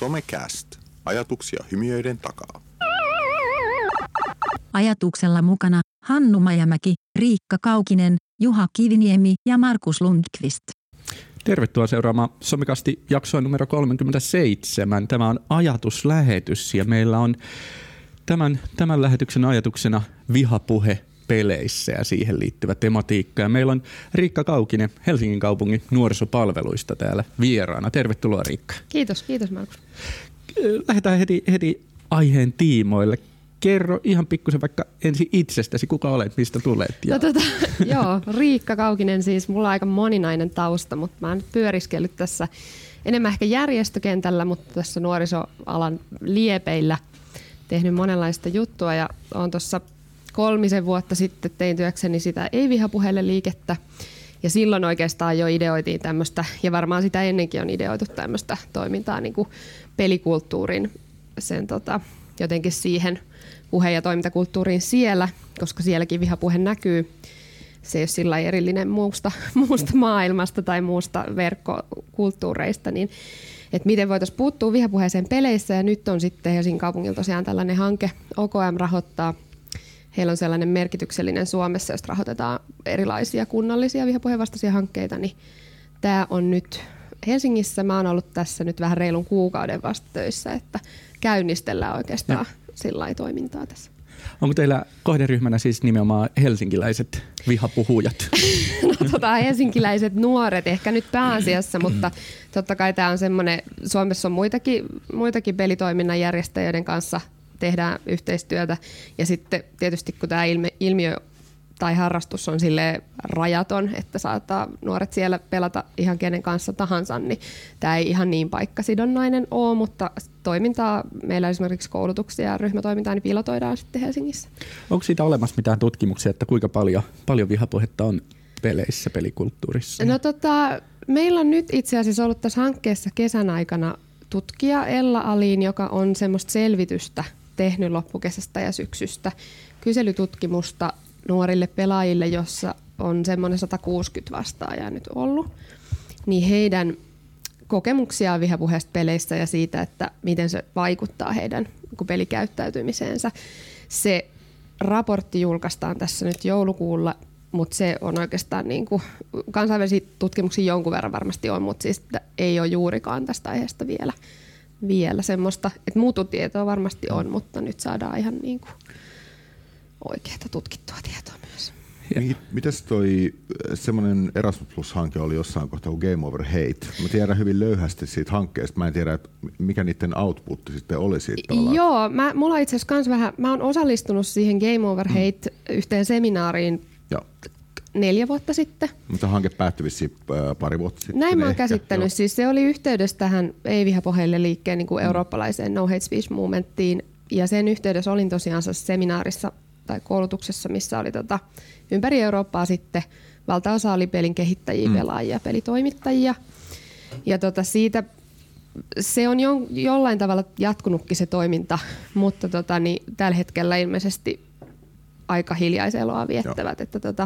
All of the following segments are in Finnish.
Somecast. Ajatuksia hymiöiden takaa. Ajatuksella mukana Hannu Majamäki, Riikka Kaukinen, Juha Kiviniemi ja Markus Lundqvist. Tervetuloa seuraamaan Somecasti jaksoa numero 37. Tämä on ajatuslähetys ja meillä on tämän lähetyksen ajatuksena vihapuhe peleissä ja siihen liittyvä tematiikka. Ja meillä on Riikka Kaukinen Helsingin kaupungin nuorisopalveluista täällä vieraana. Tervetuloa Riikka. Kiitos Markus. Lähdetään heti aiheen tiimoille. Kerro ihan pikkusen vaikka ensin itsestäsi, kuka olet, mistä tulet? Joo, Riikka Kaukinen siis. Mulla on aika moninainen tausta, mutta mä oon nyt pyöriskellyt tässä enemmän ehkä järjestökentällä, mutta tässä nuorisoalan liepeillä tehnyt monenlaista juttua ja oon tuossa 3 vuotta sitten tein työkseni sitä ei-vihapuheelle liikettä ja silloin oikeastaan jo ideoitiin tämmöistä ja varmaan sitä ennenkin on ideoitu tämmöistä toimintaa niin kuin pelikulttuurin sen jotenkin siihen puhe- ja toimintakulttuuriin siellä, koska sielläkin vihapuhe näkyy. Se ei ole sillä erillinen muusta maailmasta tai muusta verkkokulttuureista, niin että miten voitaisiin puuttua vihapuheeseen peleissä. Ja nyt on sitten Helsingin kaupungilla tosiaan tällainen hanke, OKM rahoittaa. Heillä on sellainen merkityksellinen Suomessa, josta rahoitetaan erilaisia kunnallisia vihapuheen-vastaisia hankkeita. Niin tämä on nyt Helsingissä. Mä oon ollut tässä nyt vähän reilun kuukauden vasta töissä, että käynnistellään oikeastaan sillä toimintaa tässä. Onko teillä kohderyhmänä siis nimenomaan helsinkiläiset vihapuhujat? No helsinkiläiset nuoret ehkä nyt pääasiassa, mutta totta kai tämä on semmoinen, Suomessa on muitakin pelitoiminnan järjestäjien kanssa tehdään yhteistyötä ja sitten tietysti kun tämä ilmiö tai harrastus on silleen rajaton, että saattaa nuoret siellä pelata ihan kenen kanssa tahansa, niin tämä ei ihan niin paikkasidonnainen ole, mutta toimintaa, meillä esimerkiksi koulutuksia ja ryhmätoimintaa, niin pilotoidaan sitten Helsingissä. Onko siitä olemassa mitään tutkimuksia, että kuinka paljon vihapuhetta on peleissä, pelikulttuurissa? No meillä on nyt itse asiassa ollut tässä hankkeessa kesän aikana tutkija Ella Alin, joka on semmoista selvitystä tehnyt loppukesästä ja syksystä, kyselytutkimusta nuorille pelaajille, jossa on semmoinen 160 vastaajaa nyt ollut, niin heidän kokemuksiaan vihapuheesta peleissä ja siitä, että miten se vaikuttaa heidän pelikäyttäytymiseensä. Se raportti julkaistaan tässä nyt joulukuulla, mutta se on oikeastaan niin kuin kansainvälisiä tutkimuksia jonkun verran varmasti on, mutta siis ei ole juurikaan tästä aiheesta vielä semmoista, että muututietoa varmasti on, mutta nyt saadaan ihan niin kuin oikeaa tutkittua tietoa myös. Mites toi semmoinen Erasmus Plus-hanke oli jossain kohtaa kuin Game Over Hate? Mä tiedän hyvin löyhästi siitä hankkeesta. Mä en tiedä, mikä niiden outputti sitten oli siitä. Joo, mulla itse asiassa kans vähän, mä oon osallistunut siihen Game Over Hate yhteen seminaariin 4 vuotta sitten. Mutta hanke päättyi vissiin pari vuotta sitten. Näin mä oon käsittänyt. Siis se oli yhteydessä tähän ei-vihapuheelle liikkeen niin kuin eurooppalaiseen No Hate Speech Movementtiin. Ja sen yhteydessä olin tosiaan seminaarissa tai koulutuksessa, missä oli ympäri Eurooppaa sitten valtaosa oli pelin kehittäjiä, pelaajia, pelitoimittajia. Ja siitä se on jollain tavalla jatkunutkin se toiminta, mutta niin tällä hetkellä ilmeisesti aika hiljaiseloa viettävät. Joo. Että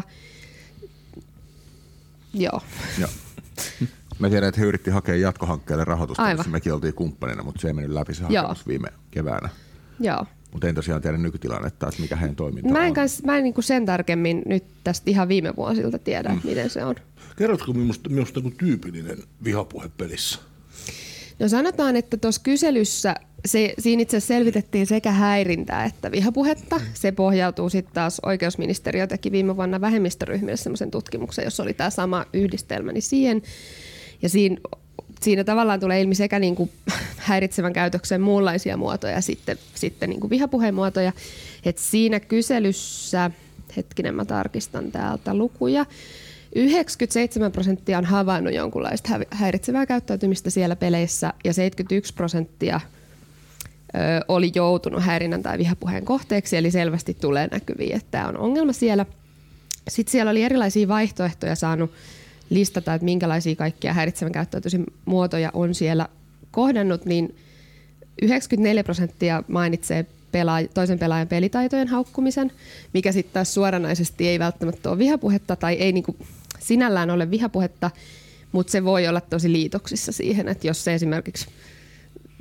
joo. Mä tiedän, että he yritti hakea jatkohankkeelle rahoitusta, jossa mekin oltiin kumppanina, mutta se ei mennyt läpi se hakemus viime keväänä. Joo. Mutta en tosiaan tiedä nykytilannetta, että mikä heidän toiminta on. Mä en niin kuin sen tarkemmin nyt tästä ihan viime vuosilta tiedä, miten se on. Kerrotko minusta on tyypillinen vihapuhe pelissä? No sanotaan, että tuossa kyselyssä siinä itse asiassa selvitettiin sekä häirintää että vihapuhetta. Se pohjautuu sitten taas oikeusministeriö teki viime vuonna vähemmistöryhmille semmoisen tutkimuksen, jossa oli tämä sama yhdistelmä, niin siihen. Ja siinä tavallaan tulee ilmi sekä niin kuin häiritsevän käytöksen muunlaisia muotoja ja sitten niin kuin vihapuheen muotoja. Et siinä kyselyssä, mä tarkistan täältä lukuja, 97% on havainnut jonkunlaista häiritsevää käyttäytymistä siellä peleissä ja 71% oli joutunut häirinnän tai vihapuheen kohteeksi, eli selvästi tulee näkyviin, että tämä on ongelma siellä. Sitten siellä oli erilaisia vaihtoehtoja saanut listata, että minkälaisia kaikkia häiritsevän käyttäytymisen muotoja on siellä kohdannut, niin 94% mainitsee toisen pelaajan pelitaitojen haukkumisen, mikä sitten taas suoranaisesti ei välttämättä ole vihapuhetta tai ei niinku sinällään ole vihapuhetta, mutta se voi olla tosi liitoksissa siihen, että jos se esimerkiksi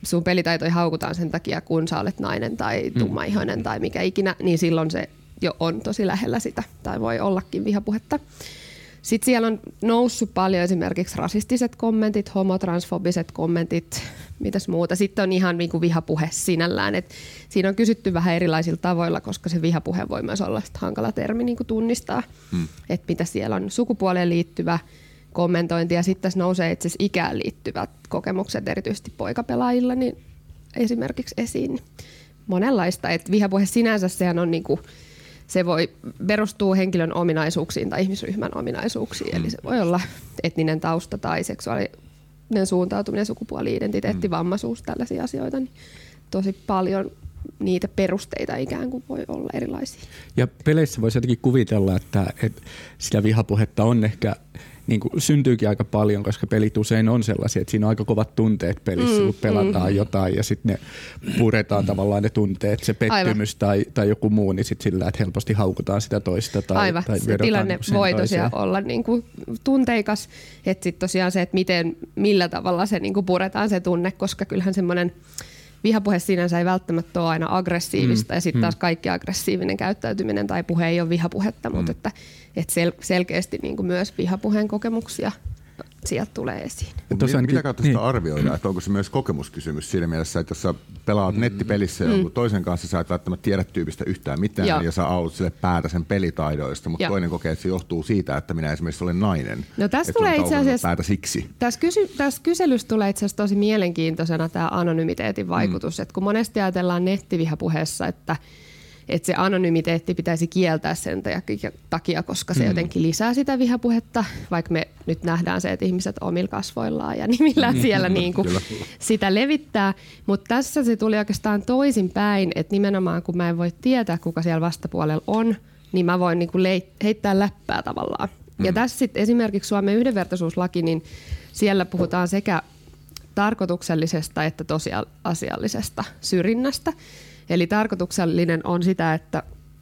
sun pelitaitoja haukutaan sen takia, kun sä olet nainen tai tummaihoinen tai mikä ikinä, niin silloin se jo on tosi lähellä sitä tai voi ollakin vihapuhetta. Sitten siellä on noussut paljon esimerkiksi rasistiset kommentit, homotransfobiset kommentit, mitäs muuta. Sitten on ihan niin kuin vihapuhe sinällään. Et siinä on kysytty vähän erilaisilla tavoilla, koska se vihapuhe voi myös olla hankala termi niin kuin tunnistaa. Että mitä siellä on sukupuoleen liittyvä kommentointi ja sitten tässä nousee itse asiassa ikään liittyvät kokemukset, erityisesti poikapelaajilla, niin esimerkiksi esiin monenlaista. Et vihapuhe sinänsä sehän on niinku, se voi perustua henkilön ominaisuuksiin tai ihmisryhmän ominaisuuksiin. Eli se voi olla etninen tausta tai seksuaalinen suuntautuminen, sukupuoli-identiteetti, vammaisuus, tällaisia asioita. Niin tosi paljon niitä perusteita ikään kuin voi olla erilaisia. Ja peleissä voisi jotenkin kuvitella, että sitä vihapuhetta on ehkä niin kuin syntyykin aika paljon, koska pelit usein on sellaisia, että siinä on aika kovat tunteet pelissä, kun pelataan jotain ja sitten ne puretaan tavallaan ne tunteet, se pettymys tai joku muu, niin sitten sillä, että helposti haukutaan sitä toista. Tai se tilanne voi tosiaan olla niin kuin tunteikas, että sitten tosiaan se, että millä tavalla se niin kuin puretaan se tunne, koska kyllähän semmoinen vihapuhe sinänsä ei välttämättä ole aina aggressiivista ja sitten taas kaikki aggressiivinen käyttäytyminen tai puhe ei ole vihapuhetta, mutta että selkeästi niin kuin myös vihapuheen kokemuksia sieltä tulee esiin. Mitä kautta sitä arvioidaan? Että onko se myös kokemuskysymys siinä mielessä, että jos sä pelaat nettipelissä jonkun toisen kanssa, sä et välttämättä tiedä tyypistä yhtään mitään ja sä audut sille päätä sen pelitaidoista, mutta toinen kokee, että se johtuu siitä, että minä esimerkiksi olen nainen. No tässä tulee itse asiassa, päätä siksi. Tässä kyselyssä tulee itse asiassa tosi mielenkiintoisena tämä anonymiteetin vaikutus, että kun monesti ajatellaan nettivihapuheessa, että se anonymiteetti pitäisi kieltää sen takia, koska se jotenkin lisää sitä vihapuhetta, vaikka me nyt nähdään se, että ihmiset omilla kasvoillaan ja nimillään siellä niin kuin sitä levittää. Mutta tässä se tuli oikeastaan toisinpäin, että nimenomaan kun mä en voi tietää, kuka siellä vastapuolella on, niin mä voin niin kuin heittää läppää tavallaan. Ja tässä sitten esimerkiksi Suomen yhdenvertaisuuslaki, niin siellä puhutaan sekä tarkoituksellisesta että tosiasiallisesta syrjinnästä. Eli tarkoituksellinen on sitä, että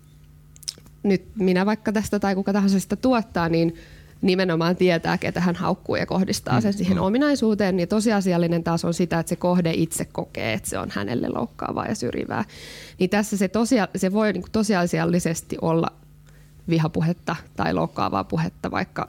nyt minä vaikka tästä tai kuka tahansa sitä tuottaa, niin nimenomaan tietää, ketä hän haukkuu ja kohdistaa sen siihen ominaisuuteen. Ja tosiasiallinen taas on sitä, että se kohde itse kokee, että se on hänelle loukkaavaa ja syrjivää. Niin tässä se voi niin kuin tosiasiallisesti olla vihapuhetta tai loukkaavaa puhetta,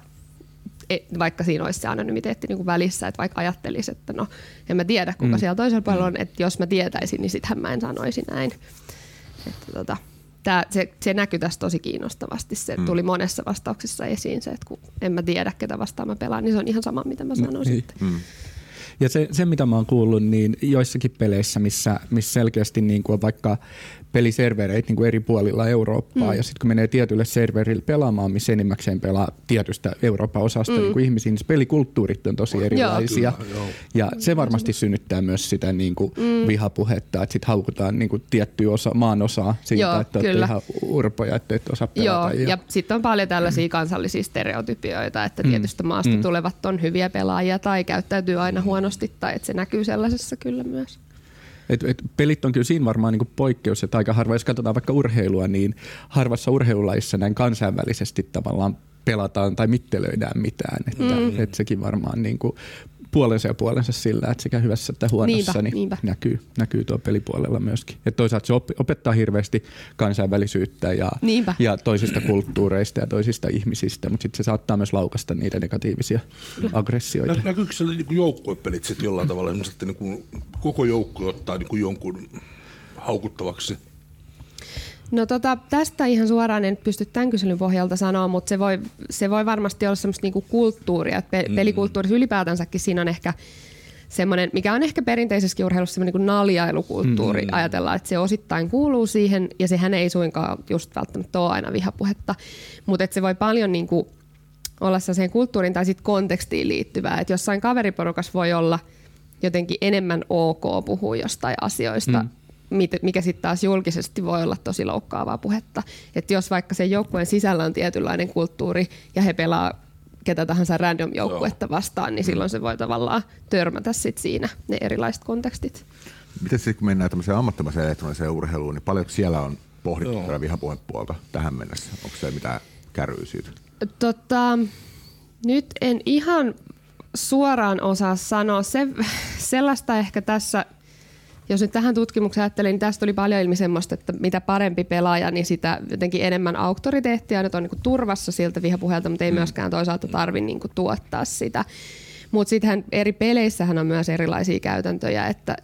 vaikka siinä olisi se anonymiteetti niin kuin välissä, että vaikka ajattelisi, että no en mä tiedä, kuka siellä toisella puolella on, että jos mä tietäisin, niin sittenhän mä en sanoisi näin. Että se näkyy tässä tosi kiinnostavasti. Se tuli monessa vastauksessa esiin se, että kun en mä tiedä, ketä vastaan mä pelaan, niin se on ihan sama, mitä mä sanon sitten. Ja se, mitä mä oon kuullut, niin joissakin peleissä, missä selkeästi niin kuin on vaikka peliservereitä niin kuin eri puolilla Eurooppaa, ja sitten kun menee tietylle serverille pelaamaan, missä enimmäkseen pelaa tietystä Euroopan osasta niin kuin ihmisiä, niin pelikulttuurit on tosi erilaisia. Ja se varmasti synnyttää myös sitä niin kuin vihapuhetta, että sitten haukutaan niin kuin tiettyä maan osaa siitä, että olette ihan urpoja, että et osaa pelata. Ja sitten on paljon tällaisia kansallisia stereotypioita, että tietystä maasta tulevat on hyviä pelaajia tai käyttäytyy aina huonosti, tai että se näkyy sellaisessa kyllä myös. Pelit on kyllä siinä varmaan niin kuin poikkeus, että aika harva, jos katsotaan vaikka urheilua, niin harvassa urheilulajissa näin kansainvälisesti tavallaan pelataan tai mittelöidään mitään. Että sekin varmaan niin kuin puolensa ja puolensa sillä, että sekä hyvässä että huonossa niin näkyy tuo pelipuolella myöskin. Et toisaalta se opettaa hirveästi kansainvälisyyttä ja toisista kulttuureista ja toisista ihmisistä, mutta sitten se saattaa myös laukasta niitä negatiivisia aggressioita. Näkyykö se niin joukkuepelit sitten jollain tavalla, että niin koko joukkue ottaa niin jonkun haukuttavaksi? No tästä ihan suoraan en pysty tämän kyselyn pohjalta sanoa, mutta se voi varmasti olla semmoista niinku kulttuuria. Pelikulttuurissa ylipäätänsäkin siinä on ehkä semmoinen, mikä on ehkä perinteisessä urheilussa semmoinen niin naljailukulttuuri. Ajatellaan, että se osittain kuuluu siihen ja sehän ei suinkaan just välttämättä ole aina vihapuhetta. Mutta se voi paljon niinku olla sellaiseen kulttuuriin tai sitten kontekstiin liittyvää. Että jossain kaveriporukassa voi olla jotenkin enemmän ok puhua jostain asioista, mikä sitten taas julkisesti voi olla tosi loukkaavaa puhetta. Että jos vaikka sen joukkueen sisällä on tietynlainen kulttuuri ja he pelaa ketä tahansa random joukkuetta vastaan, niin silloin se voi tavallaan törmätä sit siinä ne erilaiset kontekstit. Miten sitten kun mennään tämmöiseen ammattimaiseen elektroniseen urheiluun, niin paljon siellä on pohdittu tätä vihapuhepuolta tähän mennessä? Onko se mitään käryy siitä? Nyt en ihan suoraan osaa sanoa. Sellaista ehkä tässä jos nyt tähän tutkimukseen ajattelin, niin tästä tuli paljon ilmi semmoista, että mitä parempi pelaaja, niin sitä jotenkin enemmän auktoriteettia, nyt on niin kuin turvassa siltä vihapuheelta, mutta ei myöskään toisaalta tarvitse niin kuin tuottaa sitä. Mutta sittenhän eri peleissähän on myös erilaisia käytäntöjä, että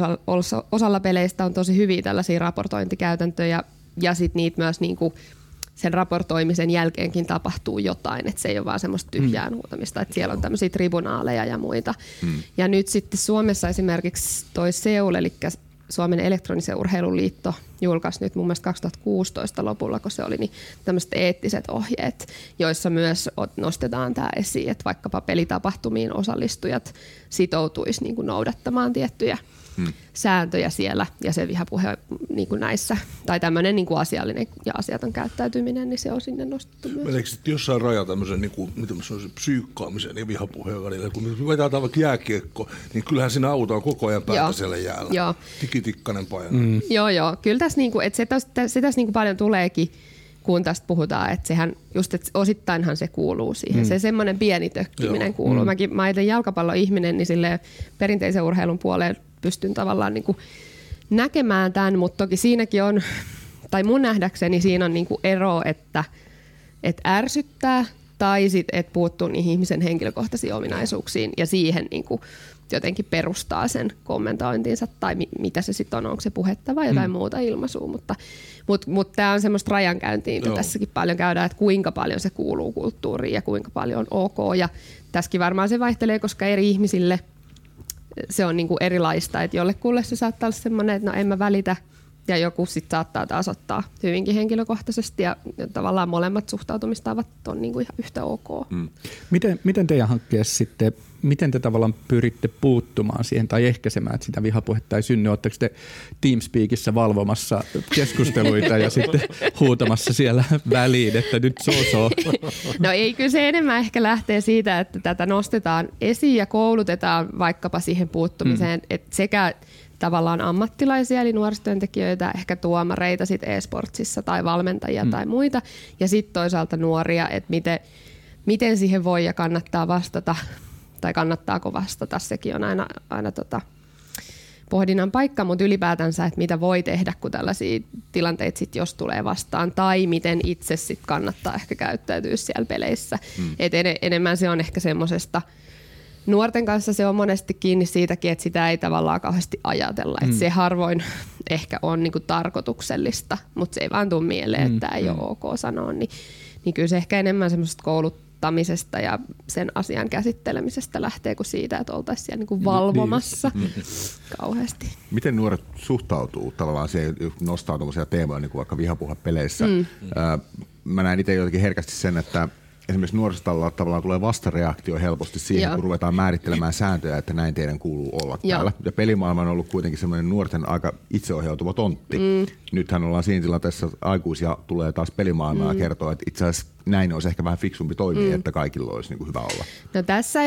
osalla peleistä on tosi hyviä tällaisia raportointikäytäntöjä ja sitten niitä myös niinku sen raportoimisen jälkeenkin tapahtuu jotain, että se ei ole vaan semmoista tyhjää huutamista, että siellä on tämmöisiä tribunaaleja ja muita. Ja nyt sitten Suomessa esimerkiksi toi SEUL, eli Suomen elektronisen urheilun liitto julkaisi nyt mun mielestä 2016 lopulla, kun se oli, niin tämmöiset eettiset ohjeet, joissa myös nostetaan tämä esiin, että vaikkapa pelitapahtumiin osallistujat sitoutuisi niin kuin noudattamaan tiettyjä sääntöjä siellä, ja se vihapuhe niin kuin näissä, tai tämmöinen niin kuin asiallinen ja asiaton käyttäytyminen, niin se on sinne nostettu myös. Meneekö sitten jossain raja tämmöisen niin kuin, mitä sanoisin, psyykkaamisen ja vihapuheen välillä? Kun me vetetään vaikka jääkiekko, niin kyllähän siinä autaan koko ajan päätä siellä jäällä. Joo. Tikitikkainen paino. Joo. Kyllä tässä, niin kuin, että se tässä niin kuin paljon tuleekin, kun tästä puhutaan, että sehän just, että osittainhan se kuuluu siihen. Se semmoinen pieni tökkiminen kuuluu. Mä ajattelen jalkapalloihminen, niin silleen perinteisen urheilun puoleen pystyn tavallaan niin kuin näkemään tämän, mutta toki siinäkin on, tai mun nähdäkseni siinä on niin kuin ero, että ärsyttää tai sitten, että puuttuu niihin ihmisen henkilökohtaisiin ominaisuuksiin ja siihen niin kuin jotenkin perustaa sen kommentointinsa tai mitä se sitten on, onko se puhetta vai jotain muuta ilmaisua, mutta tämä on semmoista rajankäyntiä, mitä tässäkin paljon käydään, että kuinka paljon se kuuluu kulttuuriin ja kuinka paljon on ok, ja tässäkin varmaan se vaihtelee, koska eri ihmisille se on niinku erilaista, että jollekulle se saattaa olla semmoinen, että no en mä välitä, ja joku sitten saattaa taas ottaa hyvinkin henkilökohtaisesti, ja tavallaan molemmat suhtautumistavat on niinku ihan yhtä ok. Miten teidän hankkeessa sitten, miten te tavallaan pyritte puuttumaan siihen tai ehkäisemään, että sitä vihapuhetta ei synny? Oletteko te Teamspeakissa valvomassa keskusteluita ja sitten huutamassa siellä väliin, että nyt so? No ei, kyllä se enemmän ehkä lähtee siitä, että tätä nostetaan esiin ja koulutetaan vaikkapa siihen puuttumiseen, että sekä tavallaan ammattilaisia, eli nuorisotyöntekijöitä, ehkä tuomareita sit e-sportsissa tai valmentajia tai muita, ja sitten toisaalta nuoria, että miten siihen voi ja kannattaa vastata, tai kannattaako vastata, sekin on aina pohdinnan paikka, mutta ylipäätänsä, että mitä voi tehdä, kun tällaisia tilanteita sit jos tulee vastaan, tai miten itse sit kannattaa ehkä käyttäytyä siellä peleissä. Et enemmän se on ehkä semmoisesta, nuorten kanssa se on monesti kiinni siitäkin, että sitä ei tavallaan kauheasti ajatella. Että se harvoin ehkä on niinku tarkoituksellista, mutta se ei vaan tule mieleen, että ei ole ok sanoa. Niin kyllä se ehkä enemmän semmoisesta kouluttamisesta ja sen asian käsittelemisestä lähtee kuin siitä, että oltaisiin siellä niinku valvomassa kauheasti. Miten nuoret suhtautuu tavallaan siihen, nostaa tuollaisia teemoja, niin kuin vaikka vihapuhepeleissä? Mä näen itse jotenkin herkästi sen, että esimerkiksi nuorisotalalla tavallaan tulee vastareaktio helposti siihen, kun ruvetaan määrittelemään sääntöjä, että näin teidän kuuluu olla täällä. Ja pelimaailma on ollut kuitenkin semmoinen nuorten aika itseohjautuva tontti. Nythän ollaan siinä tilanteessa, aikuisia tulee taas pelimaailmaa ja kertoo, että itse asiassa näin olisi ehkä vähän fiksumpi toimia, että kaikilla olisi niin kuin hyvä olla. No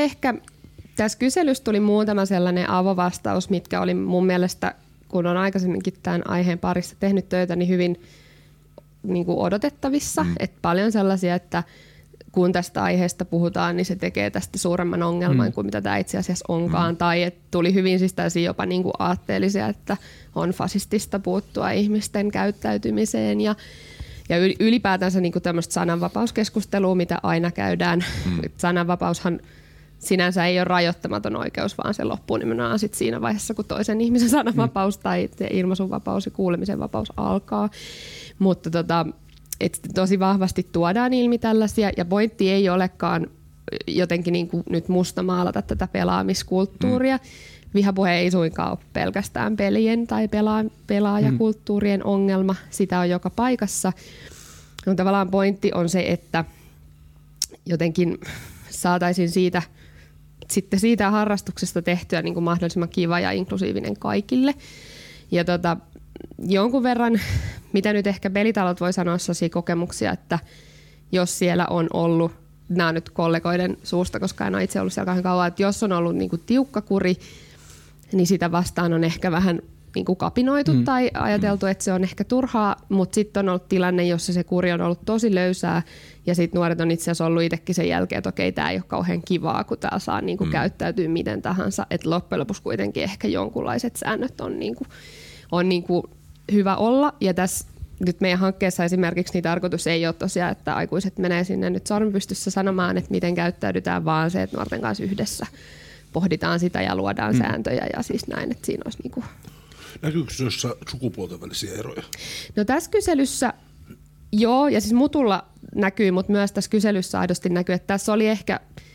tässä kyselyssä tuli muutama sellainen avovastaus, mitkä oli mun mielestä, kun on aikaisemminkin tämän aiheen parissa tehnyt töitä, niin hyvin niin kuin odotettavissa. Että paljon sellaisia, että kun tästä aiheesta puhutaan, niin se tekee tästä suuremman ongelman kuin mitä tämä itse asiassa onkaan. Tai että tuli hyvin siis täysin jopa niin kuin aatteellisia, että on fasistista puuttua ihmisten käyttäytymiseen ja ylipäätänsä niin kuin tämmöistä sananvapauskeskustelua, mitä aina käydään. Sananvapaushan sinänsä ei ole rajoittamaton oikeus, vaan se loppuu nimenomaan sit siinä vaiheessa, kun toisen ihmisen sananvapaus tai ilmaisunvapaus ja kuulemisen vapaus alkaa. Mutta että tosi vahvasti tuodaan ilmi tällaisia, ja pointti ei olekaan jotenkin niin kuin nyt mustamaalata tätä pelaamiskulttuuria. Vihapuhe ei suinkaan ole pelkästään pelien tai pelaajakulttuurien ongelma, sitä on joka paikassa. No, tavallaan pointti on se, että jotenkin saataisiin siitä harrastuksesta tehtyä niin kuin mahdollisimman kiva ja inklusiivinen kaikille. Ja jonkun verran, mitä nyt ehkä pelitalot voi sanoa sellaisia kokemuksia, että jos siellä on ollut, nämä on nyt kollegoiden suusta, koska en ole itse ollut siellä kauan kauan, että jos on ollut niin kuin tiukka kuri, niin sitä vastaan on ehkä vähän niin kuin kapinoitu tai ajateltu, että se on ehkä turhaa, mutta sitten on ollut tilanne, jossa se kuri on ollut tosi löysää ja sitten nuoret on itse asiassa ollut itsekin sen jälkeen, että okei, tämä ei ole kauhean kivaa, kun täällä saa niin kuin käyttäytyä miten tahansa. Että loppujen lopuksi kuitenkin ehkä jonkunlaiset säännöt on, niin kuin hyvä olla. Ja tässä nyt meidän hankkeessa esimerkiksi niin tarkoitus ei ole tosiaan, että aikuiset menee sinne nyt sormenpystyssä sanomaan, että miten käyttäydytään, vaan se, että nuorten kanssa yhdessä pohditaan sitä ja luodaan sääntöjä ja siis näin, että siinä olisi niin kuin... Näkyykö se jossain sukupuolten välisiä eroja? No tässä kyselyssä joo, ja siis mutulla näkyy, mutta myös tässä kyselyssä aidosti näkyy, että tässä oli ehkä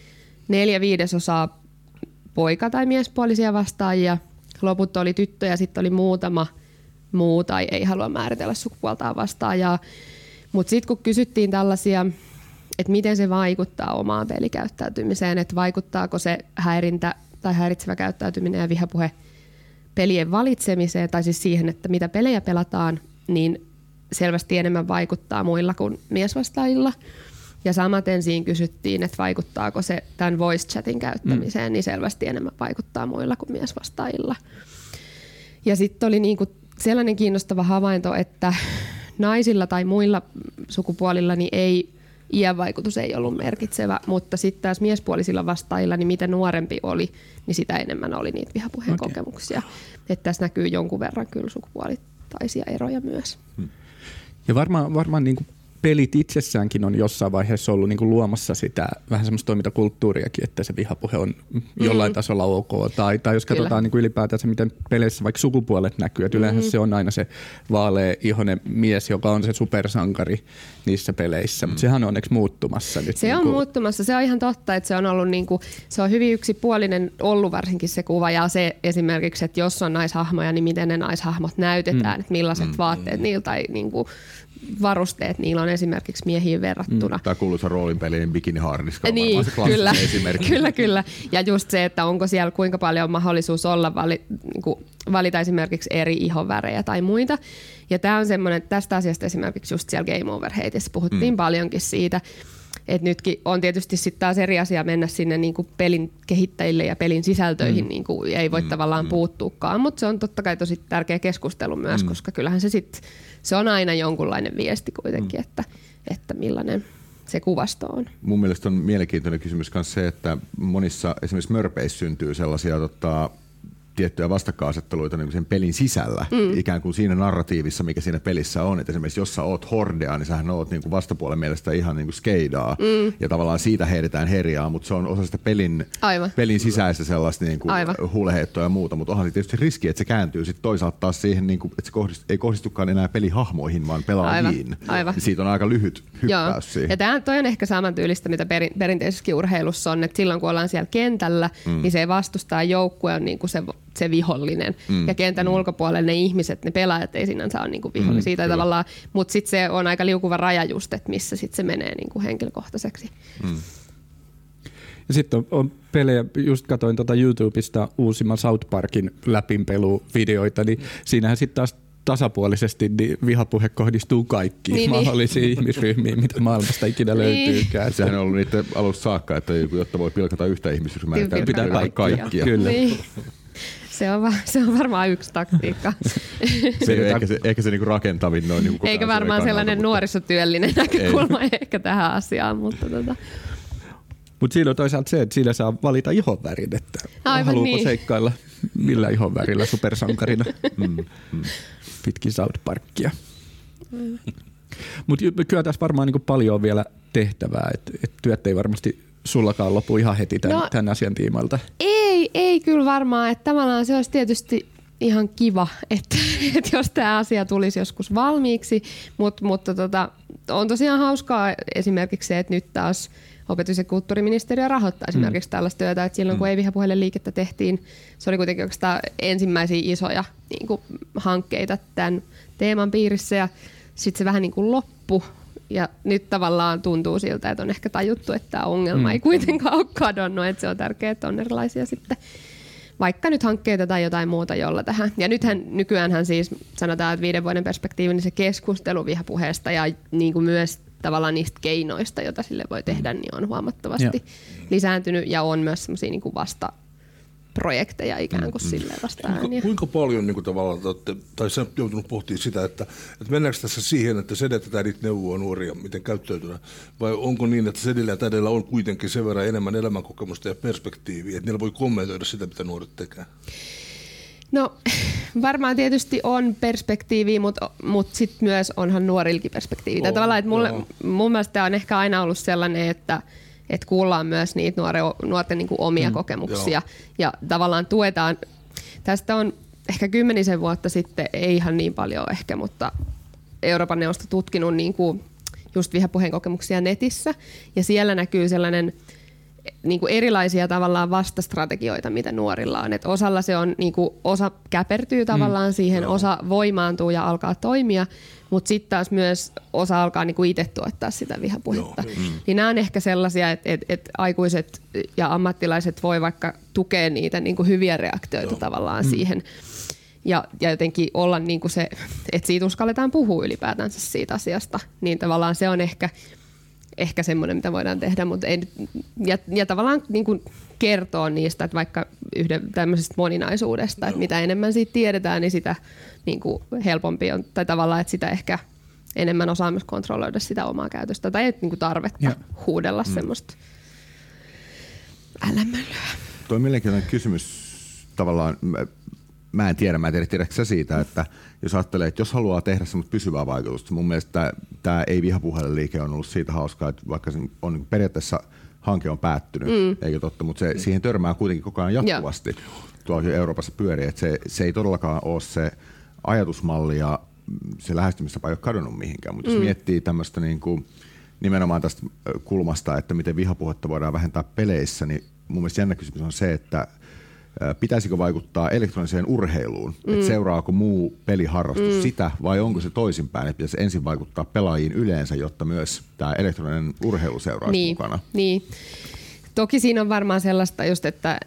4/5 poika- tai miespuolisia vastaajia, loput oli tyttöjä, sitten oli muutama muu tai ei halua määritellä sukupuoltaan vastaajaa, mutta sitten kun kysyttiin tällaisia, että miten se vaikuttaa omaan pelikäyttäytymiseen, että vaikuttaako se häirintä tai häiritsevä käyttäytyminen ja vihapuhe pelien valitsemiseen tai siis siihen, että mitä pelejä pelataan, niin selvästi enemmän vaikuttaa muilla kuin miesvastaajilla. Ja samaten siinä kysyttiin, että vaikuttaako se tämän voice chatin käyttämiseen, niin selvästi enemmän vaikuttaa muilla kuin miesvastaajilla. Ja sitten oli niinku sellainen kiinnostava havainto, että naisilla tai muilla sukupuolilla niin iän vaikutus ei ollut merkitsevä, mutta sitten taas miespuolisilla vastaajilla, niin mitä nuorempi oli, niin sitä enemmän oli niitä vihapuheen kokemuksia. Että tässä näkyy jonkun verran kyllä sukupuolitaisia eroja myös. Ja varmaan niin kuin pelit itsessäänkin on jossain vaiheessa ollut niin kuin luomassa sitä vähän semmoista toimintakulttuuriakin, että se vihapuhe on jollain tasolla ok. Tai jos katsotaan niin kuin ylipäätään se, miten peleissä vaikka sukupuolet näkyy. Että yleensä se on aina se vaalea-ihoinen mies, joka on se supersankari niissä peleissä. Mutta sehän on onneksi muuttumassa nyt. Se on muuttumassa. Se on ihan totta, että se on ollut niin kuin, se on hyvin yksipuolinen ollut varsinkin se kuva. Ja se esimerkiksi, että jos on naishahmoja, niin miten ne naishahmot näytetään, että millaiset vaatteet niillä tai niin kuin varusteet niillä on esimerkiksi miehiin verrattuna. Tämä kuuluisa roolinpelien bikiniharniska on niin, se klassinen esimerkki. Kyllä. Ja just se, että onko siellä kuinka paljon mahdollisuus olla valita esimerkiksi eri ihonvärejä tai muita. Ja tämä on semmoinen, tästä asiasta esimerkiksi just siellä Game Over Hatessa puhuttiin paljonkin siitä, että nytkin on tietysti sitten taas eri asia mennä sinne niinku pelin kehittäjille ja pelin sisältöihin, niinku ei voi tavallaan puuttuukaan, mutta se on totta kai tosi tärkeä keskustelu myös, koska kyllähän se on aina jonkunlainen viesti kuitenkin, että millainen se kuvasto on. Mun mielestä on mielenkiintoinen kysymys myös se, että monissa esimerkiksi mörpeissä syntyy sellaisia tiettyjä vastakkainasetteluita niin sen pelin sisällä, ikään kuin siinä narratiivissa, mikä siinä pelissä on. Että esimerkiksi jos sä oot hordea, niin sähän oot niin kuin vastapuolen mielestä ihan niin kuin skeidaa, ja tavallaan siitä heitetään herjaa, mutta se on osa sitä pelin sisäistä sellaista niin kuin huuleheittoa ja muuta, mutta onhan se tietysti riski, että se kääntyy sitten toisaalta taas siihen, niin kuin, että se ei kohdistukaan enää pelihahmoihin, vaan pelaajiin. Aivan. Siitä on aika lyhyt hyppäys siihen. Ja toi on ehkä samantyylistä, mitä perinteisessäkin urheilussa on, että silloin kun ollaan siellä kentällä, niin se vastustaa joukkue on niin kuin se vihollinen. Ja kentän ulkopuolella ne ihmiset, ne pelaajat ei sinänsä ole niinku vihollisia tavallaan, mutta sitten se on aika liukuva raja just, että missä sitten se menee niinku henkilökohtaiseksi. Ja sitten on pelejä, just katsoin YouTubesta uusimman South Parkin läpinpeluvideoita, niin siinähän sitten taas tasapuolisesti niin vihapuhe kohdistuu kaikkiin mahdollisiin ihmisryhmiin, mitä maailmasta ikinä löytyykään. Sehän on ollut niiden alusta saakka, että jotta voi pilkata yhtä ihmisryhmää, niin pitää kaikkia. Kyllä. Niin. Se on varmaan yksi taktiikka. Ehkä se niinku rakentavin noin. Niinku eikä varmaan sellainen nuorisotyöllinen näkökulma ehkä tähän asiaan, mutta Mutta siinä on toisaalta se, että siinä saa valita ihonvärin, että haluuko seikkailla millä ihonvärillä supersankarina pitkin South Parkia. Mutta kyllä tässä varmaan niinku paljon on vielä tehtävää, että työt ei varmasti sullakaan lopu ihan heti tämän asian tiimoilta. Ei kyllä varmaan, että tavallaan se olisi tietysti ihan kiva, että jos tämä asia tulisi joskus valmiiksi, mutta on tosiaan hauskaa esimerkiksi se, että nyt taas opetus- ja kulttuuriministeriö rahoittaa esimerkiksi tällaista työtä, että silloin kun ei-vihapuheelle liikettä tehtiin, se oli kuitenkin oikeastaan ensimmäisiä isoja niin kuin hankkeita tämän teeman piirissä ja sitten se vähän niin kuin loppui. Ja nyt tavallaan tuntuu siltä, että on ehkä tajuttu, että tämä ongelma ei kuitenkaan ole kadonnut, että se on tärkeää, että on erilaisia sitten vaikka nyt hankkeita tai jotain muuta, jolla tähän. Ja nykyäänhän siis sanotaan, että 5 vuoden perspektiivin se keskustelu vihapuheesta ja niin kuin myös tavallaan niistä keinoista, joita sille voi tehdä, niin on huomattavasti lisääntynyt ja on myös semmoisia niin kuin projekteja ikään kuin silleen vastaan. Kuinka paljon niin tavallaan, tai sä oot joutunut pohtimaan sitä, että mennäänkö tässä siihen, että sedet ja tädit neuvoo nuoria, miten käyttäytyä, vai onko niin, että sedillä ja tädillä on kuitenkin sen verran enemmän elämänkokemusta ja perspektiiviä, että niillä voi kommentoida sitä, mitä nuoret tekee? No varmaan tietysti on perspektiiviä, mutta sitten myös onhan nuorillakin perspektiiviä. Tavallaan, että mun mielestä on ehkä aina ollut sellainen, että kuullaan myös niitä nuorten niin kuin omia kokemuksia ja tavallaan tuetaan. Tästä on ehkä 10 vuotta sitten, ei ihan niin paljon ehkä, mutta Euroopan neuvosto tutkinut niin kuin just vihapuheen kokemuksia netissä ja siellä näkyy sellainen niin kuin erilaisia tavallaan vastastrategioita, mitä nuorilla on. Et osalla se on, niin kuin, osa käpertyy tavallaan siihen, osa voimaantuu ja alkaa toimia, mutta sitten taas myös osa alkaa niin kuin itse tuottaa sitä vihapuhetta. Niin nämä on ehkä sellaisia, että aikuiset ja ammattilaiset voi vaikka tukea niitä niin kuin hyviä reaktioita tavallaan siihen. Ja jotenkin olla niin kuin se, että siitä uskalletaan puhua ylipäätänsä siitä asiasta. Niin tavallaan se on ehkä semmoinen, mitä voidaan tehdä, mutta ei, ja tavallaan niin kuin kertoo niistä, että vaikka tämmöisestä moninaisuudesta, että mitä enemmän siitä tiedetään, niin sitä niin kuin helpompi on, tai tavallaan, että sitä ehkä enemmän osaa myös kontrolloida sitä omaa käytöstä, tai niin kuin tarvetta huudella semmoista älämölyä. Tuo on mielenkiintoinen kysymys tavallaan. Mä en tiedä, tiedätkö sä siitä, että jos ajattelee, että jos haluaa tehdä semmoista pysyvää vaikutusta, mun mielestä tämä ei vihapuheelle liike on ollut siitä hauskaa, että vaikka se on periaatteessa hanke on päättynyt, eikö totta, mutta siihen törmää kuitenkin koko ajan jatkuvasti tuolla Euroopassa pyörii, että se ei todellakaan ole se ajatusmalli ja se lähestymistapa ei ole kadonnut mihinkään, mutta jos miettii tämmöistä niin kuin nimenomaan tästä kulmasta, että miten vihapuhetta voidaan vähentää peleissä, niin mun mielestä jännä kysymys on se, että pitäisikö vaikuttaa elektroniseen urheiluun, että seuraako muu peliharrastus sitä vai onko se toisinpäin, että pitäisi ensin vaikuttaa pelaajiin yleensä, jotta myös tämä elektroninen urheilu seuraisi mukana? Niin. Toki siinä on varmaan sellaista just, että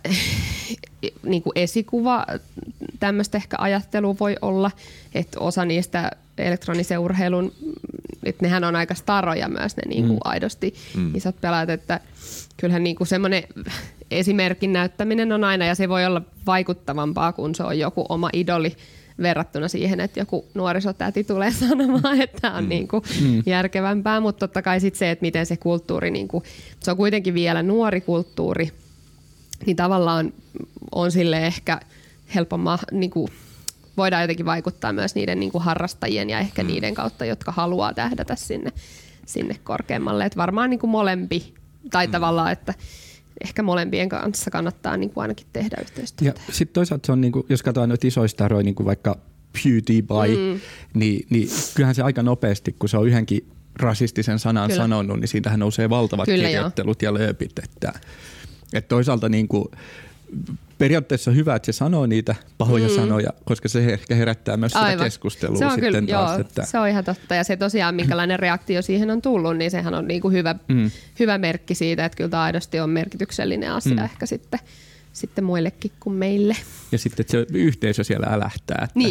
niin kuin esikuva tämmöistä ehkä ajattelua voi olla, että osa niistä elektronisen urheilun, että nehän on aika staroja myös ne niin kuin aidosti isot pelaajat, että kyllähän niin kuin semmoinen esimerkin näyttäminen on aina, ja se voi olla vaikuttavampaa, kun se on joku oma idoli verrattuna siihen, että joku nuorisotäti tulee sanomaan, että on niin kuin järkevämpää, mutta totta kai sitten se, että miten se kulttuuri, niin kuin, se on kuitenkin vielä nuori kulttuuri, niin tavallaan on sille ehkä helpommaa, niin kuin, voidaan jotenkin vaikuttaa myös niiden niin kuin harrastajien ja ehkä niiden kautta, jotka haluaa tähdätä sinne korkeammalle, että varmaan niin kuin molempi, tai tavallaan, että ehkä molempien kanssa kannattaa niin kuin ainakin tehdä yhteistyötä. Ja sitten toisaalta se on, niin kuin, jos katsotaan noita isoja staroja, niin kuin vaikka PewDiePie, niin kyllähän se aika nopeasti, kun se on yhdenkin rasistisen sanan sanonut, niin siitähän nousee valtavat kirjoittelut ja lööpit. Että toisaalta niin kuin, periaatteessa hyvä, että se sanoo niitä pahoja sanoja, koska se ehkä herättää myös sitä keskustelua. Se on sitten kyllä, taas, että se on ihan totta. Ja se tosiaan, minkälainen reaktio siihen on tullut, niin sehän on niinku hyvä merkki siitä, että kyllä tämä aidosti on merkityksellinen asia ehkä sitten muillekin kuin meille. Ja sitten että se yhteisö siellä älähtää, että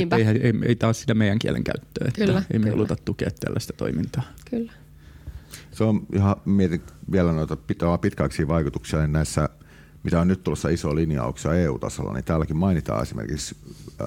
ei taas sitä meidän kielenkäyttöä, että ei me haluta tukea tällaista toimintaa. Kyllä. Se on ihan, mietin vielä noita pitkäaikaisia vaikutuksia niin näissä, mitä on nyt tulossa iso linjauksia EU-tasolla, niin täälläkin mainitaan esimerkiksi,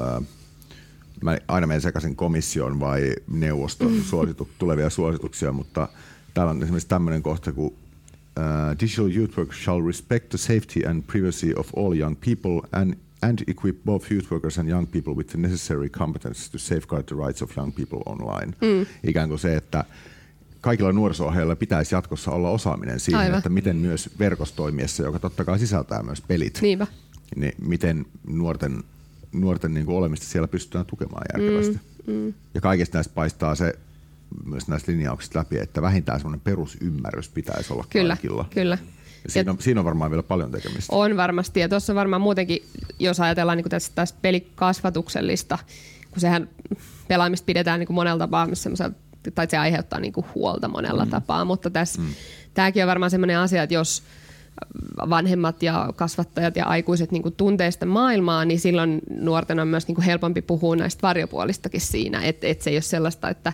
mä aina menen sekaisin komission vai neuvoston tulevia suosituksia, mutta täällä on esimerkiksi tämmöinen kohta, kun digital youth work shall respect the safety and privacy of all young people and equip both youth workers and young people with the necessary competences to safeguard the rights of young people online. Ikään kuin se, että kaikilla nuoriso-ohjaajilla pitäisi jatkossa olla osaaminen siihen, että miten myös verkostoimiessa, joka totta kai sisältää myös pelit, niin miten nuorten niin kuin olemista siellä pystytään tukemaan järkevästi. Ja kaikista näistä paistaa se myös näistä linjauksista läpi, että vähintään semmoinen perusymmärrys pitäisi olla kaikilla. Kyllä. Ja siinä on varmaan vielä paljon tekemistä. On varmasti, ja tuossa varmaan muutenkin, jos ajatellaan niin tästä pelikasvatuksellista, kun sehän pelaamista pidetään niin monella tapaa tai se aiheuttaa niin kuin huolta monella tapaa, mutta tämäkin on varmaan sellainen asia, että jos vanhemmat ja kasvattajat ja aikuiset niin kuin tuntee sitä maailmaa, niin silloin nuorten on myös niin kuin helpompi puhua näistä varjopuolistakin siinä, että se ei ole sellaista, että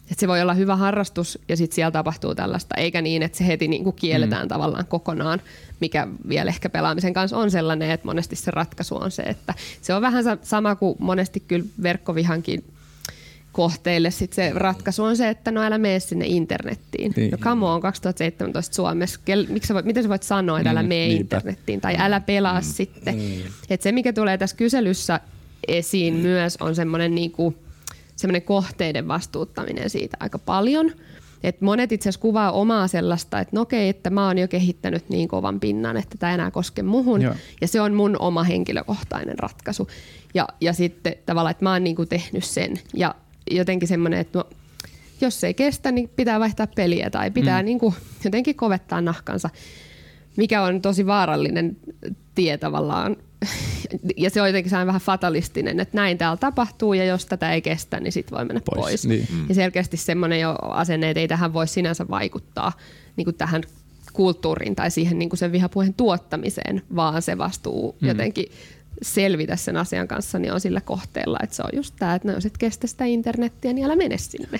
Että se voi olla hyvä harrastus ja sitten siellä tapahtuu tällaista, eikä niin, että se heti niinku kielletään tavallaan kokonaan, mikä vielä ehkä pelaamisen kanssa on sellainen, että monesti se ratkaisu on se, että se on vähän sama kuin monesti kyllä verkkovihankin kohteille sit se ratkaisu on se, että no älä mene sinne internettiin. Niin. No come on, 2017 Suomessa. Miten sä voit sanoa, että älä mene internettiin tai älä pelaa sitten. Et se, mikä tulee tässä kyselyssä esiin myös, on semmoinen niinku, kohteiden vastuuttaminen siitä aika paljon. Et monet itse asiassa kuvaa omaa sellaista, että no okei, että mä oon jo kehittänyt niin kovan pinnan, että tämä ei enää koske muhun. Ja se on mun oma henkilökohtainen ratkaisu. Ja sitten tavallaan, että mä oon niinku tehnyt sen. Ja jotenkin semmoinen, että no, jos ei kestä, niin pitää vaihtaa peliä tai pitää niinku jotenkin kovettaa nahkansa, mikä on tosi vaarallinen tie tavallaan. Ja se on jotenkin vähän fatalistinen, että näin täällä tapahtuu ja jos tätä ei kestä, niin sit voi mennä pois. Niin. Ja selkeästi semmoinen jo asenne, että ei tähän voi sinänsä vaikuttaa niin kuin tähän kulttuuriin tai siihen niin kuin sen vihapuheen tuottamiseen, vaan se vastuu jotenkin selvitä sen asian kanssa, niin on sillä kohteella, että se on just tämä, että no, jos et kestä sitä internettiä, niin älä mene sinne.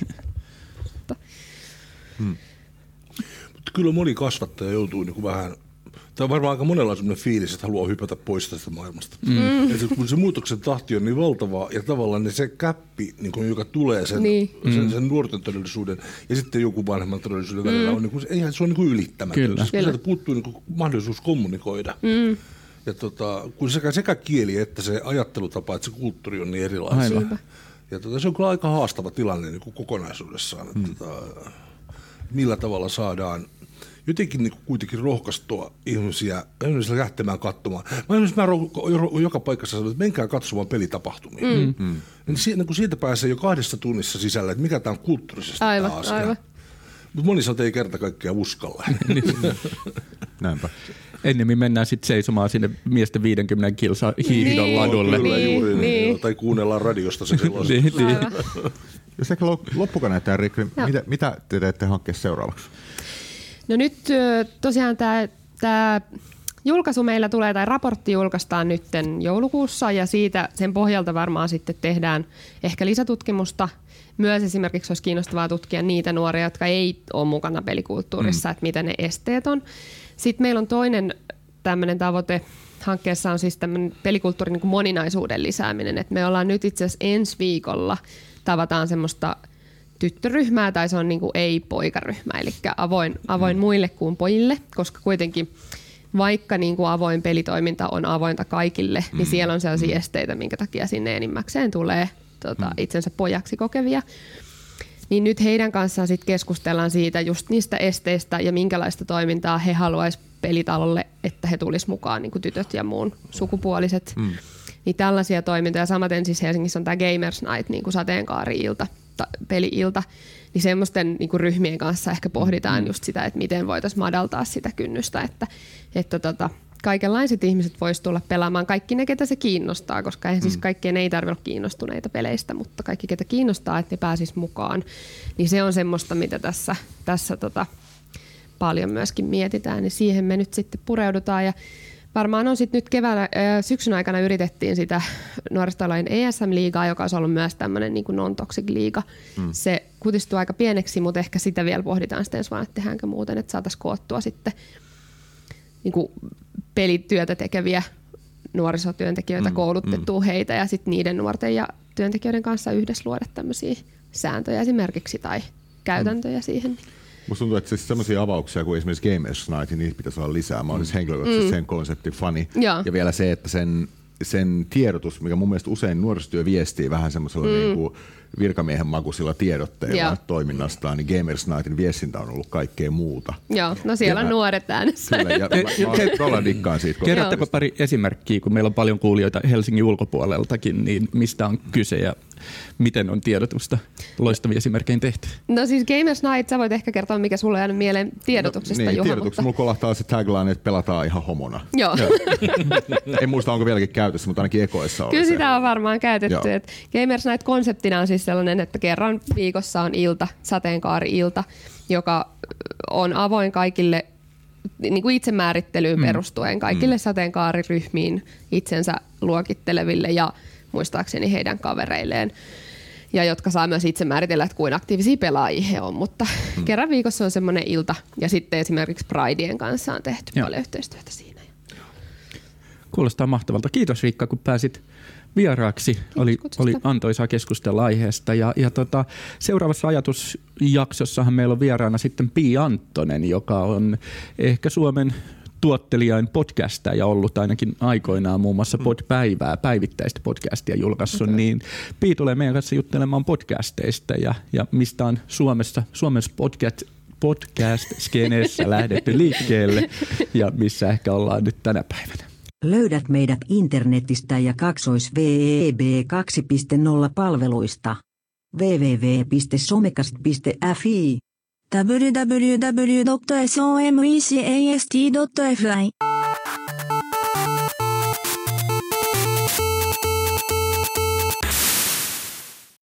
Mutta kyllä moni kasvattaja joutuu niin kuin vähän, tai varmaan aika monella on sellainen fiilis, että haluaa hypätä pois tästä maailmasta. Että kun se muutoksen tahti on niin valtavaa ja tavallaan niin se käppi, niin kuin, joka tulee sen nuorten todellisuuden ja sitten joku vanhemman todellisuuden välillä, on, niin kuin, se on niin kuin ylittämätön. Sieltä puuttuu niin kuin mahdollisuus kommunikoida. Ja kun sekä kieli että se ajattelutapa, että se kulttuuri on niin erilaisia. Ja se on kyllä aika haastava tilanne niin kuin kokonaisuudessaan, että millä tavalla saadaan jotenkin niin kuitenkin rohkaistua ihmisiä lähtemään katsomaan. Mä joka paikassa sanon, että menkää katsomaan pelitapahtumia. Niin siitä pääsee jo 2 tunnissa sisällä, että mikä tämä on kulttuurisesti tämä asia. Aivan. Mutta moni sanoo, että ei kerta kaikkiaan uskalla. Näinpä. Ennemmin mennään sitten seisomaan sinne miesten 50 kilsa hiihdon ladulle. Kyllä, juuri niin. Tai kuunnellaan radiosta se silloin. Jos ehkä loppukaneetään, Riikka, mitä te teette hankkeessa seuraavaksi? No nyt tosiaan tämä julkaisu meillä tulee, tai raportti julkaistaan nyt joulukuussa, ja siitä sen pohjalta varmaan sitten tehdään ehkä lisätutkimusta. Myös esimerkiksi olisi kiinnostavaa tutkia niitä nuoria, jotka ei ole mukana pelikulttuurissa, että mitä ne esteet on. Sitten meillä on toinen tämmöinen tavoite hankkeessa on siis tämmöinen pelikulttuurin niin kuin moninaisuuden lisääminen. Et me ollaan nyt itse asiassa ensi viikolla tavataan semmoista tyttöryhmää tai se on niin kuin ei-poikaryhmä, eli avoin muille kuin pojille, koska kuitenkin vaikka niin kuin avoin pelitoiminta on avointa kaikille, niin siellä on sellaisia esteitä, minkä takia sinne enimmäkseen tulee itsensä pojaksi kokevia. Niin nyt heidän kanssaan sit keskustellaan siitä just niistä esteistä ja minkälaista toimintaa he haluaisivat pelitalolle, että he tulisivat mukaan, niin kuin tytöt ja muun sukupuoliset. Niin tällaisia toimintoja. Samaten siis Helsingissä on tämä Gamers Night, niin kuin sateenkaari-ilta, peli-ilta. Niin semmoisten niin kuin ryhmien kanssa ehkä pohditaan just sitä, että miten voitaisiin madaltaa sitä kynnystä, että kaikenlaiset ihmiset vois tulla pelaamaan, kaikki ne, ketä se kiinnostaa, koska eihän siis kaikkien ei tarvitse olla kiinnostuneita peleistä, mutta kaikki, ketä kiinnostaa, että ne pääsis mukaan, niin se on semmoista, mitä tässä paljon myöskin mietitään, niin siihen me nyt sitten pureudutaan ja varmaan on sitten nyt syksyn aikana yritettiin sitä nuoristalojen ESM-liigaa, joka olisi ollut myös tämmöinen niin kuin non-toxic-liiga. Se kutistuu aika pieneksi, mutta ehkä sitä vielä pohditaan sitten ensi vaan, että tehdäänkö muuten, että saataisiin koottua sitten niin kuin pelityötä tekeviä nuorisotyöntekijöitä, koulutettua heitä ja sitten niiden nuorten ja työntekijöiden kanssa yhdessä luoda tämmöisiä sääntöjä esimerkiksi tai käytäntöjä siihen. Musta tuntuu, että siis sellaisia avauksia kuin esimerkiksi Gamers Night, niin niitä pitäisi olla lisää. Mä olen henkilökohtaisesti sen konseptin fani. Ja vielä se, että sen tiedotus, mikä mun mielestä usein nuorisotyö viestii vähän semmoisella niin kuin virkamiehen makuisilla tiedotteilla toiminnastaan, niin Gamers Nightin viestintä on ollut kaikkea muuta. Joo, no siellä on nuoret äänessä. Kyllä, ja mä dikkaan siitä. Kerrotteko pari esimerkkiä, kun meillä on paljon kuulijoita Helsingin ulkopuoleltakin, niin mistä on kyse ja miten on tiedotusta loistavia esimerkkejä tehty? No siis Gamers Night, sä voit ehkä kertoa, mikä sulle on jäänyt mieleen tiedotuksesta, Juha. Tiedotuksesta mulla kolahtaa se tagline, että pelataan ihan homona. Joo. En muista, onko vieläkin käytössä, mutta ainakin ekoissa oli. Kyllä sitä on varmaan käytetty. Gamers Night-konseptina on siis sellainen, että kerran viikossa on ilta, sateenkaari-ilta, joka on avoin kaikille niin kuin itsemäärittelyyn perustuen, kaikille sateenkaariryhmiin itsensä luokitteleville ja muistaakseni heidän kavereilleen. ja jotka saa myös itse määritellä, että kuin aktiivisia pelaajia he on, mutta kerran viikossa on semmoinen ilta ja sitten esimerkiksi Prideen kanssa on tehty paljon yhteistyötä siinä. Kuulostaa mahtavalta. Kiitos Riikka, kun pääsit vieraaksi. Oli antoisaa keskustella aiheesta. Seuraavassa ajatusjaksossahan meillä on vieraana sitten Pi Anttonen, joka on ehkä Suomen tuottelijain podcastaja ollut ainakin aikoinaan muun muassa Podpäivää, päivittäistä podcastia julkaissut, niin Pi tulee meidän kanssa juttelemaan podcasteista ja mistä on Suomessa podcast-skeneessä lähdetty liikkeelle ja missä ehkä ollaan nyt tänä päivänä. Löydät meidät internetistä ja /web 2.0 palveluista. www.somecast.fi www.somecast.fi